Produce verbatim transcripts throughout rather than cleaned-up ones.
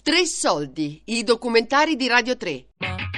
Tre soldi, i documentari di Radio tre.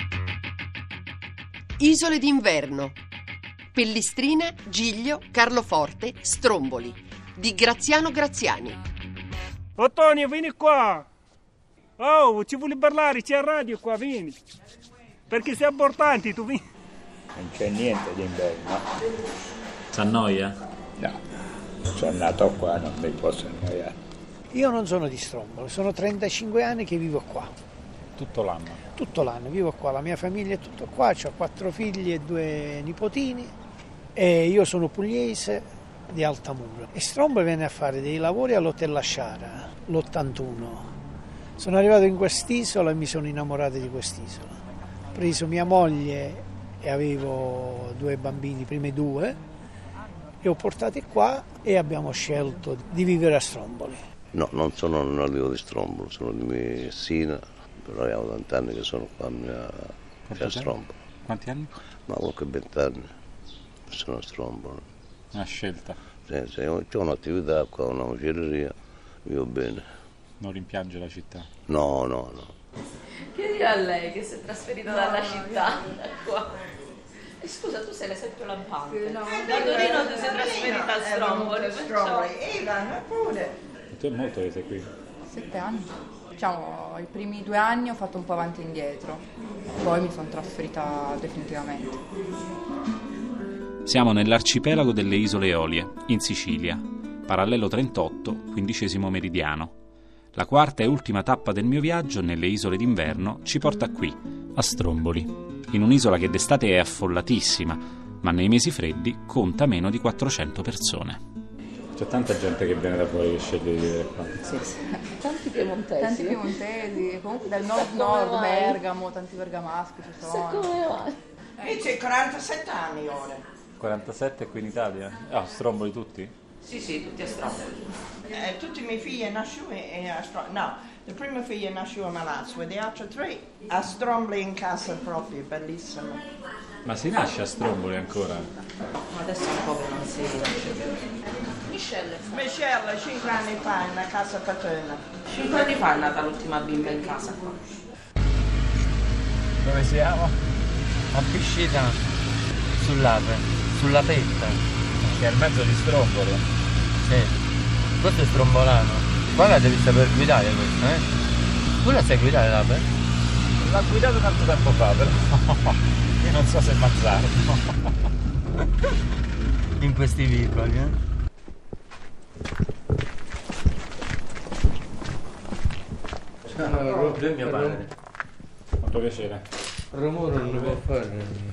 Isole d'inverno. Pellistrina, Giglio, Carloforte, Stromboli, di Graziano Graziani. Antonio, vieni qua. Oh, ci vuoi parlare, c'è radio qua, vieni. Perché sei importante, tu vieni. Non c'è niente d'inverno. S'annoia? No, sono nato qua, non mi posso annoiare. Io non sono di Stromboli, sono trentacinque anni che vivo qua. Tutto l'anno? Tutto l'anno, vivo qua, la mia famiglia è tutta qua, ho quattro figli e due nipotini e io sono pugliese di Altamura. E Stromboli venne a fare dei lavori all'Hotel La Sciara, l'ottantuno. Sono arrivato in quest'isola e mi sono innamorato di quest'isola. Ho preso mia moglie e avevo due bambini, primi due, li ho portati qua e abbiamo scelto di vivere a Stromboli. No, non sono un arrivo di Stromboli, sono di Messina, però avevo tanti anni che sono qua a Stromboli. Quanti anni? Ma qualche vent'anni sono a Stromboli. Una scelta. Sì, sì, ho un'attività qua, una macelleria, vivo bene. Non rimpiange la città? No, no, no. Chiedi a lei che si è trasferito dalla città qua. E scusa, tu sei l'esempio lampante. Sì, no. Da Torino ti sei trasferita a Stromboli. E vanno pure. Tu è molto che sei qui? Sette anni. Diciamo, i primi due anni ho fatto un po' avanti e indietro, poi mi sono trasferita definitivamente. Siamo nell'arcipelago delle Isole Eolie, in Sicilia, parallelo trentotto, quindicesimo meridiano. La quarta e ultima tappa del mio viaggio nelle isole d'inverno ci porta qui, a Stromboli, in un'isola che d'estate è affollatissima, ma nei mesi freddi conta meno di quattrocento persone. C'è tanta gente che viene da fuori che sceglie di vivere qua. Sì, sì. Tanti piemontesi. Tanti piemontesi, comunque dal nord-nord, Bergamo, tanti bergamaschi ci sono. Sa come vai? E c'è quarantasette anni ora. quarantasette qui in Italia? Ah, Stromboli tutti? Sì, sì, tutti a Stromboli. Eh, tutti i miei figli nascono a Stromboli. No, il primo figlio nasce a Malazzo e gli altri tre a Stromboli in casa proprio, bellissimo. Ma si nasce a Stromboli ancora? Ma adesso un po' che non si nasce più. Michelle. Michelle, cinque anni fa, in una casa paterna. Cinque anni fa è nata l'ultima bimba in casa qua. Dove siamo? A Piscina, sull'Ape, sulla Petta. Che è al mezzo di Stromboli. Sì, questo è strombolano. Qua la devi saper guidare questa, eh? Tu la sai guidare l'Ape? L'ha guidato tanto tempo fa, però io non so se mazzarlo. In questi vicoli, eh? Ciao, lui è mio padre. Molto piacere. Rumore non lo può fare.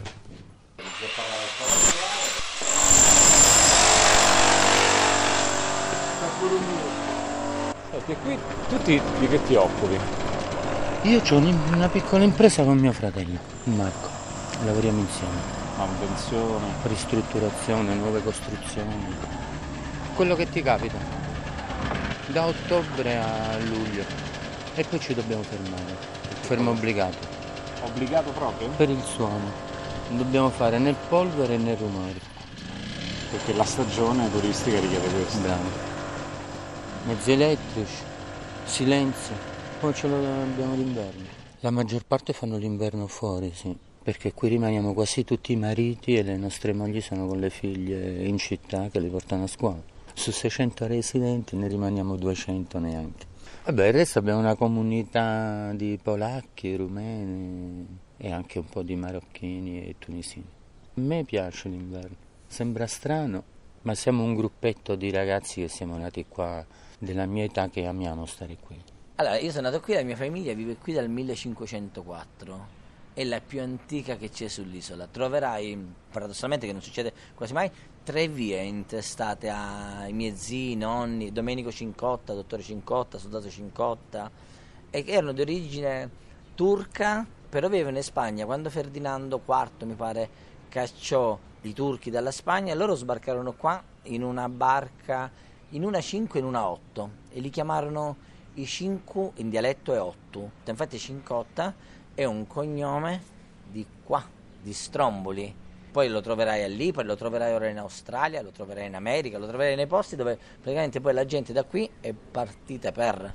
Senti, e qui tutti di che ti occupi? Io ho una piccola impresa con mio fratello, Marco. Lavoriamo insieme. Manutenzione. Ristrutturazione, nuove costruzioni. Quello che ti capita. Da ottobre a luglio. E poi ci dobbiamo fermare. Fermo obbligato. Obbligato proprio? Per il suono. Non dobbiamo fare né polvere né rumori. Perché la stagione turistica richiede questo. Bravo. Mezzi elettrici, silenzio. Poi ce l'abbiamo l'inverno. La maggior parte fanno l'inverno fuori, sì. Perché qui rimaniamo quasi tutti i mariti e le nostre mogli sono con le figlie in città che li portano a scuola. Su seicento residenti ne rimaniamo duecento neanche. Vabbè, il resto abbiamo una comunità di polacchi, rumeni e anche un po' di marocchini e tunisini. A me piace l'inverno, sembra strano, ma siamo un gruppetto di ragazzi che siamo nati qua, della mia età, che amiamo stare qui. Allora, io sono nato qui, la mia famiglia vive qui dal millecinquecentoquattro. È la più antica che c'è sull'isola. Troverai, paradossalmente, che non succede quasi mai, tre vie intestate ai miei zii, nonni, Domenico Cincotta, dottore Cincotta, soldato Cincotta, e che erano di origine turca, però vivevano in Spagna. Quando Ferdinando quarto, mi pare, cacciò i turchi dalla Spagna, loro sbarcarono qua in una barca, in una cinque e in una otto, e li chiamarono i Cinque, in dialetto è otto. Infatti Cincotta è un cognome di qua, di Stromboli. Poi lo troverai a lì, poi lo troverai ora in Australia, lo troverai in America, lo troverai nei posti dove praticamente poi la gente da qui è partita per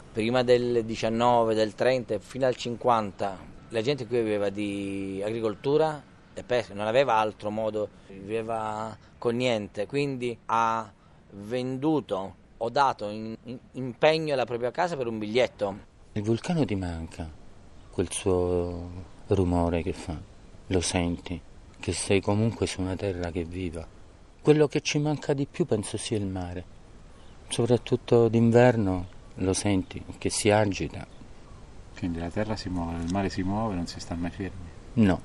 prima del diciannove, del trenta fino al cinquanta, la gente qui viveva di agricoltura e pesca, non aveva altro modo, viveva con niente, quindi ha venduto o dato in, in, impegno alla propria casa per un biglietto. Il vulcano ti manca, quel suo rumore che fa, lo senti, che sei comunque su una terra che è viva. Quello che ci manca di più penso sia il mare, soprattutto d'inverno lo senti, che si agita. Quindi la terra si muove, il mare si muove, non si sta mai fermi? No.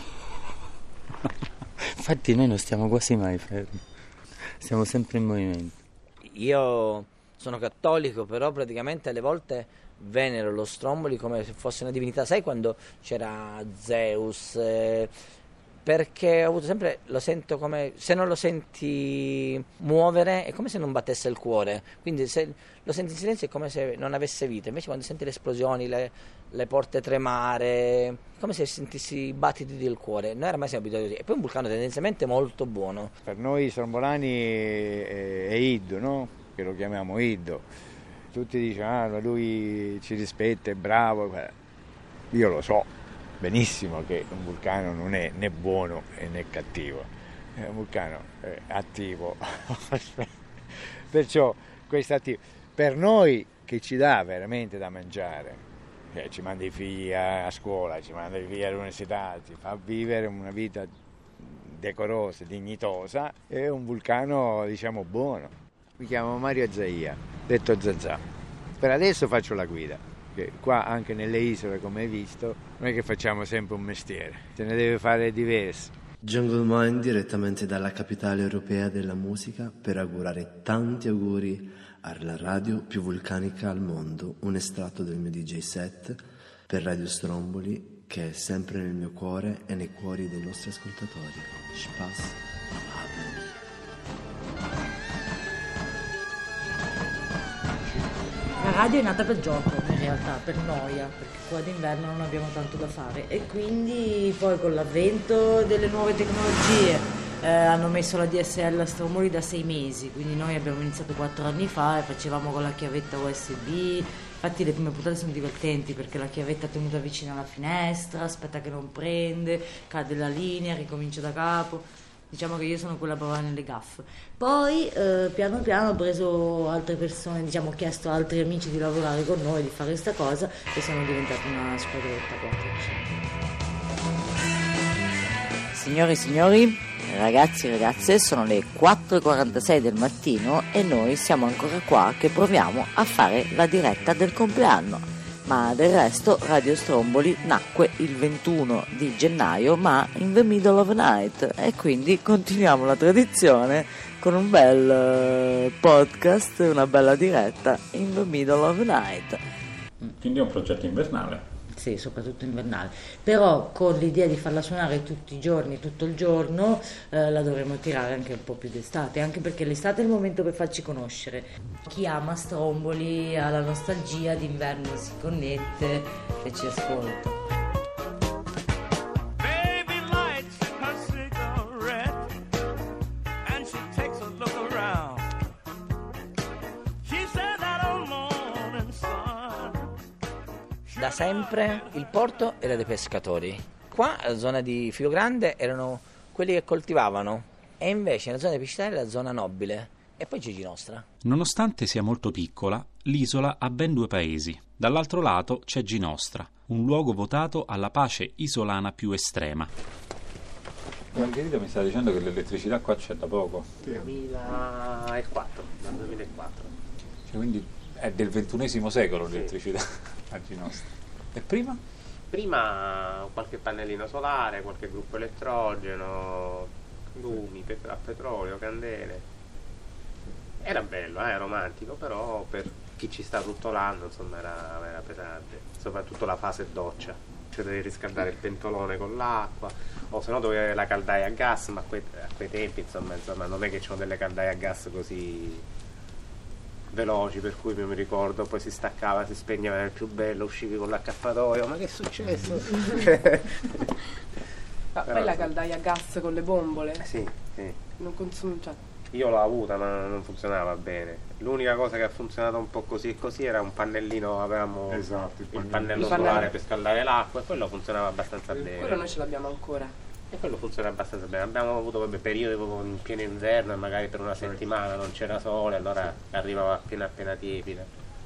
Infatti noi non stiamo quasi mai fermi, siamo sempre in movimento. Io sono cattolico, però praticamente alle volte venero lo Stromboli come se fosse una divinità. Sai quando c'era Zeus? Eh, perché ho avuto sempre, lo sento come, se non lo senti muovere è come se non battesse il cuore, quindi se lo senti in silenzio è come se non avesse vita, invece quando senti le esplosioni, le, le porte tremare, come se sentissi i battiti del cuore, noi ormai siamo abituati così. E poi un vulcano tendenzialmente molto buono. Per noi strombolani è, è Iddo, no? Che lo chiamiamo Iddo, tutti dicono ah, lui ci rispetta, è bravo, io lo so benissimo che un vulcano non è né buono né cattivo, è un vulcano è attivo, perciò questo attivo per noi che ci dà veramente da mangiare, cioè, ci manda i figli a, a scuola, ci manda i figli all'università, ci fa vivere una vita decorosa, dignitosa, è un vulcano diciamo buono. Mi chiamo Mario Azzaia, detto Zazà, per adesso faccio la guida. Qua anche nelle isole, come hai visto, non è che facciamo sempre un mestiere, se ne deve fare diversi. Jungle Mind direttamente dalla capitale europea della musica per augurare tanti auguri alla radio più vulcanica al mondo, un estratto del mio D J set per Radio Stromboli che è sempre nel mio cuore e nei cuori dei nostri ascoltatori. Spaß. La radio è nata per gioco, in realtà, per noia, perché qua d'inverno non abbiamo tanto da fare e quindi poi con l'avvento delle nuove tecnologie eh, hanno messo la D S L a Stromboli da sei mesi, quindi noi abbiamo iniziato quattro anni fa e facevamo con la chiavetta U S B, infatti le prime puntate sono divertenti perché la chiavetta è tenuta vicino alla finestra, aspetta che non prende, cade la linea, ricomincia da capo. Diciamo che io sono quella brava nelle gaffe. Poi eh, piano piano ho preso altre persone, diciamo ho chiesto a altri amici di lavorare con noi, di fare questa cosa e siamo diventati una squadretta quattordici. Signore e signori, ragazzi e ragazze, sono le quattro e quarantasei del mattino e noi siamo ancora qua che proviamo a fare la diretta del compleanno. Ma del resto Radio Stromboli nacque il ventuno di gennaio, ma in the middle of the night, e quindi continuiamo la tradizione con un bel podcast, una bella diretta in the middle of the night. Quindi è un progetto invernale. Sì, soprattutto invernale, però con l'idea di farla suonare tutti i giorni, tutto il giorno, eh, la dovremo tirare anche un po' più d'estate, anche perché l'estate è il momento per farci conoscere. Chi ama Stromboli ha la nostalgia d'inverno, si connette e ci ascolta. Da sempre il porto era dei pescatori. Qua, la zona di Filo Grande, erano quelli che coltivavano, e invece nella zona di Piscitare era la zona nobile. E poi c'è Ginostra. Nonostante sia molto piccola, l'isola ha ben due paesi. Dall'altro lato c'è Ginostra, un luogo votato alla pace isolana più estrema. Margherita mi sta dicendo che l'elettricità qua c'è da poco. duemilaquattro, dal duemilaquattro. Cioè, quindi è del ventunesimo secolo l'elettricità a Ginostra. E prima? Prima qualche pannellino solare, qualche gruppo elettrogeno, lumi pet- a petrolio, candele. Era bello, eh, romantico, però per chi ci sta tutto l'anno insomma era, era pesante, soprattutto la fase doccia, cioè devi riscaldare il pentolone con l'acqua, o se no dovevi avere la caldaia a gas, ma a quei, a quei tempi insomma, insomma non è che c'erano delle caldaie a gas così veloci, per cui mi ricordo poi si staccava, si spegneva nel più bello, uscivi con l'accappatoio, ma che è successo? Ah, poi la caldaia a gas con le bombole? Sì, sì. Non consumi, cioè, Io l'ho avuta ma non funzionava bene. L'unica cosa che ha funzionato un po' così e così era un pannellino, avevamo esatto, il, il pannello. pannello il solare pannello. per scaldare l'acqua e quello funzionava abbastanza bene. Quello noi ce l'abbiamo ancora. E quello funziona abbastanza bene. Abbiamo avuto vabbè, periodi proprio in pieno inverno e magari per una settimana non c'era sole, allora arrivava appena appena tiepida.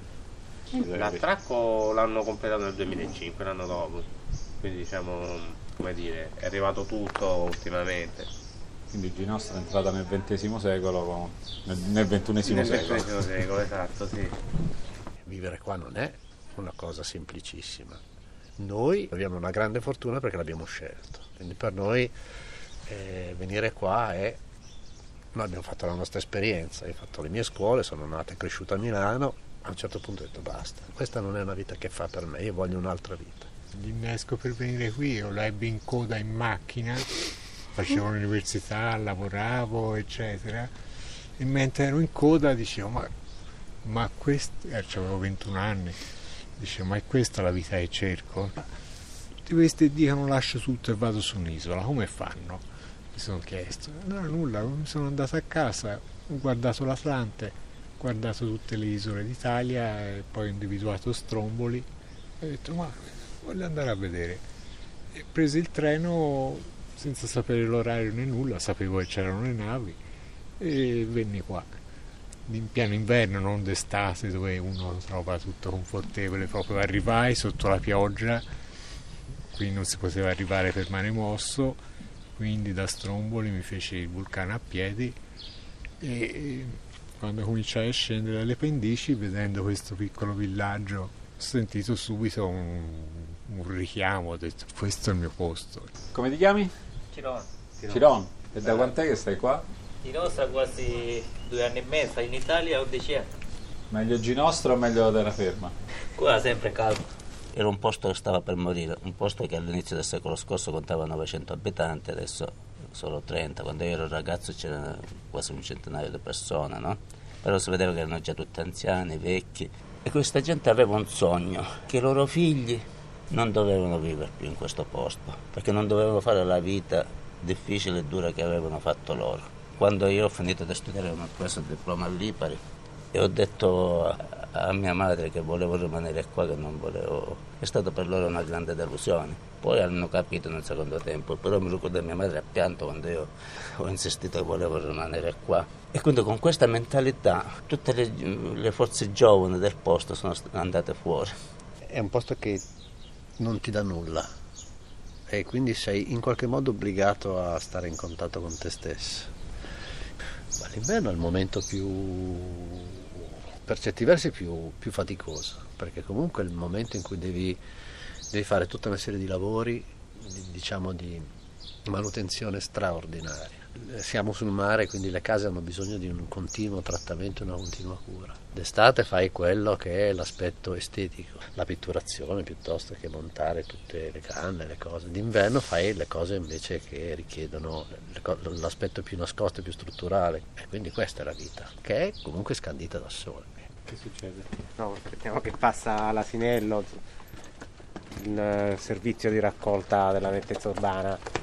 L'attracco l'hanno completato nel duemilacinque, l'anno dopo. Quindi diciamo, come dire, è arrivato tutto ultimamente. Quindi Ginostra è entrata nel ventesimo secolo, nel, nel ventunesimo nel secolo. Nel ventunesimo secolo, esatto, sì. Vivere qua non è una cosa semplicissima. Noi abbiamo una grande fortuna perché l'abbiamo scelto. Quindi per noi eh, venire qua è... Noi abbiamo fatto la nostra esperienza, io ho fatto le mie scuole, sono nato e cresciuto a Milano, a un certo punto ho detto basta, questa non è una vita che fa per me, io voglio un'altra vita. L'innesco per venire qui io la ebbi in coda in macchina, facevo l'università, lavoravo eccetera, e mentre ero in coda dicevo ma, ma questo, eh, avevo ventuno anni, dicevo ma è questa la vita che cerco? Tutti questi dicono lascio tutto e vado su un'isola, come fanno? Mi sono chiesto, no nulla, mi sono andato a casa, ho guardato l'Atlante, ho guardato tutte le isole d'Italia e poi ho individuato Stromboli e ho detto ma voglio andare a vedere, e presi il treno senza sapere l'orario né nulla, sapevo che c'erano le navi e venni qua in pieno inverno, non d'estate dove uno trova tutto confortevole. Proprio arrivai sotto la pioggia, qui non si poteva arrivare per mare mosso, quindi da Stromboli mi feci il vulcano a piedi e quando cominciai a scendere dalle pendici, vedendo questo piccolo villaggio, ho sentito subito un, un richiamo, ho detto questo è il mio posto. Come ti chiami? Ciron. Ciron. E da quant'è che stai qua? Ginostra quasi due anni e mezzo, in Italia undici anni. Meglio Ginostra o meglio la terraferma? Qua sempre caldo. Era un posto che stava per morire, un posto che all'inizio del secolo scorso contava novecento abitanti, adesso solo trenta. Quando io ero ragazzo c'era quasi un centinaio di persone, no? Però si vedeva che erano già tutti anziani, vecchi, e questa gente aveva un sogno, che i loro figli non dovevano vivere più in questo posto, perché non dovevano fare la vita difficile e dura che avevano fatto loro. Quando io ho finito di studiare ho preso il diploma all'Ipari e ho detto a, a mia madre che volevo rimanere qua, che non volevo, è stato per loro una grande delusione. Poi hanno capito nel secondo tempo, però mi ricordo che mia madre ha pianto quando io ho insistito che volevo rimanere qua. E quindi con questa mentalità tutte le, le forze giovani del posto sono andate fuori. È un posto che non ti dà nulla e quindi sei in qualche modo obbligato a stare in contatto con te stesso. Ma l'inverno è il momento più, per certi versi più, più faticoso, perché comunque è il momento in cui devi, devi fare tutta una serie di lavori, diciamo di manutenzione straordinaria. Siamo sul mare, quindi le case hanno bisogno di un continuo trattamento e una continua cura. D'estate fai quello che è l'aspetto estetico, la pitturazione piuttosto che montare tutte le canne, le cose. D'inverno fai le cose invece che richiedono l'aspetto più nascosto e più strutturale. E quindi questa è la vita, che è comunque scandita da sole. Che succede? No, aspettiamo che passa l'asinello, il servizio di raccolta della nettezza urbana.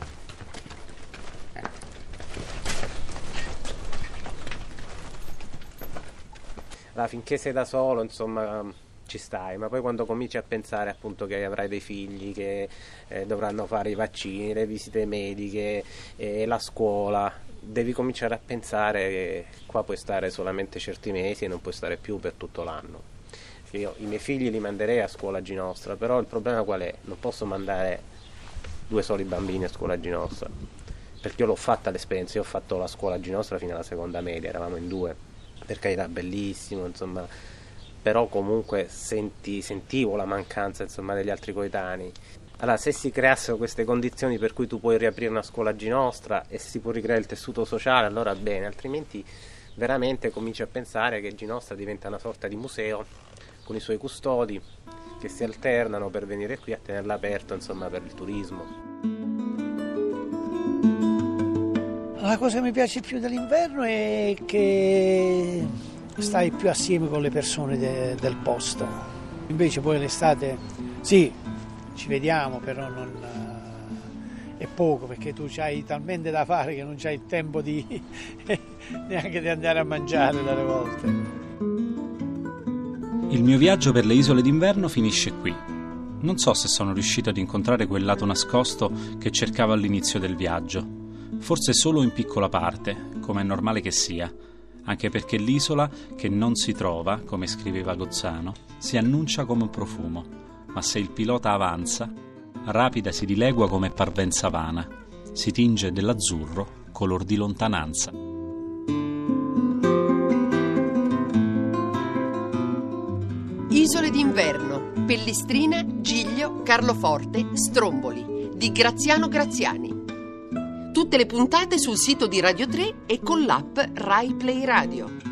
Allora, finché sei da solo, insomma, ci stai, ma poi quando cominci a pensare appunto che avrai dei figli che eh, dovranno fare i vaccini, le visite mediche, eh, la scuola, devi cominciare a pensare che qua puoi stare solamente certi mesi e non puoi stare più per tutto l'anno. Io i miei figli li manderei a scuola a Ginostra, però il problema qual è? Non posso mandare due soli bambini a scuola a Ginostra, perché io l'ho fatta l'esperienza, io ho fatto la scuola a Ginostra fino alla seconda media, eravamo in due. Per carità, bellissimo, insomma, però comunque senti, sentivo la mancanza, insomma, degli altri coetanei. Allora, se si creassero queste condizioni per cui tu puoi riaprire una scuola a Ginostra e si può ricreare il tessuto sociale, allora bene, altrimenti veramente cominci a pensare che Ginostra diventa una sorta di museo con i suoi custodi che si alternano per venire qui a tenerla aperto, insomma, per il turismo. La cosa che mi piace più dell'inverno è che stai più assieme con le persone de, del posto. Invece poi l'estate, sì, ci vediamo, però non... E poco, perché tu hai talmente da fare che non c'hai il tempo di neanche di andare a mangiare dalle volte. Il mio viaggio per le isole d'inverno finisce qui. Non so se sono riuscito ad incontrare quel lato nascosto che cercavo all'inizio del viaggio. Forse solo in piccola parte, come è normale che sia, anche perché l'isola che non si trova, come scriveva Gozzano, si annuncia come un profumo, ma se il pilota avanza, rapida si dilegua come parvenza vana, si tinge dell'azzurro color di lontananza. Isole d'inverno, Pellistrina, Giglio, Carloforte, Stromboli, di Graziano Graziani. Tutte le puntate sul sito di Radio tre e con l'app Rai Play Radio.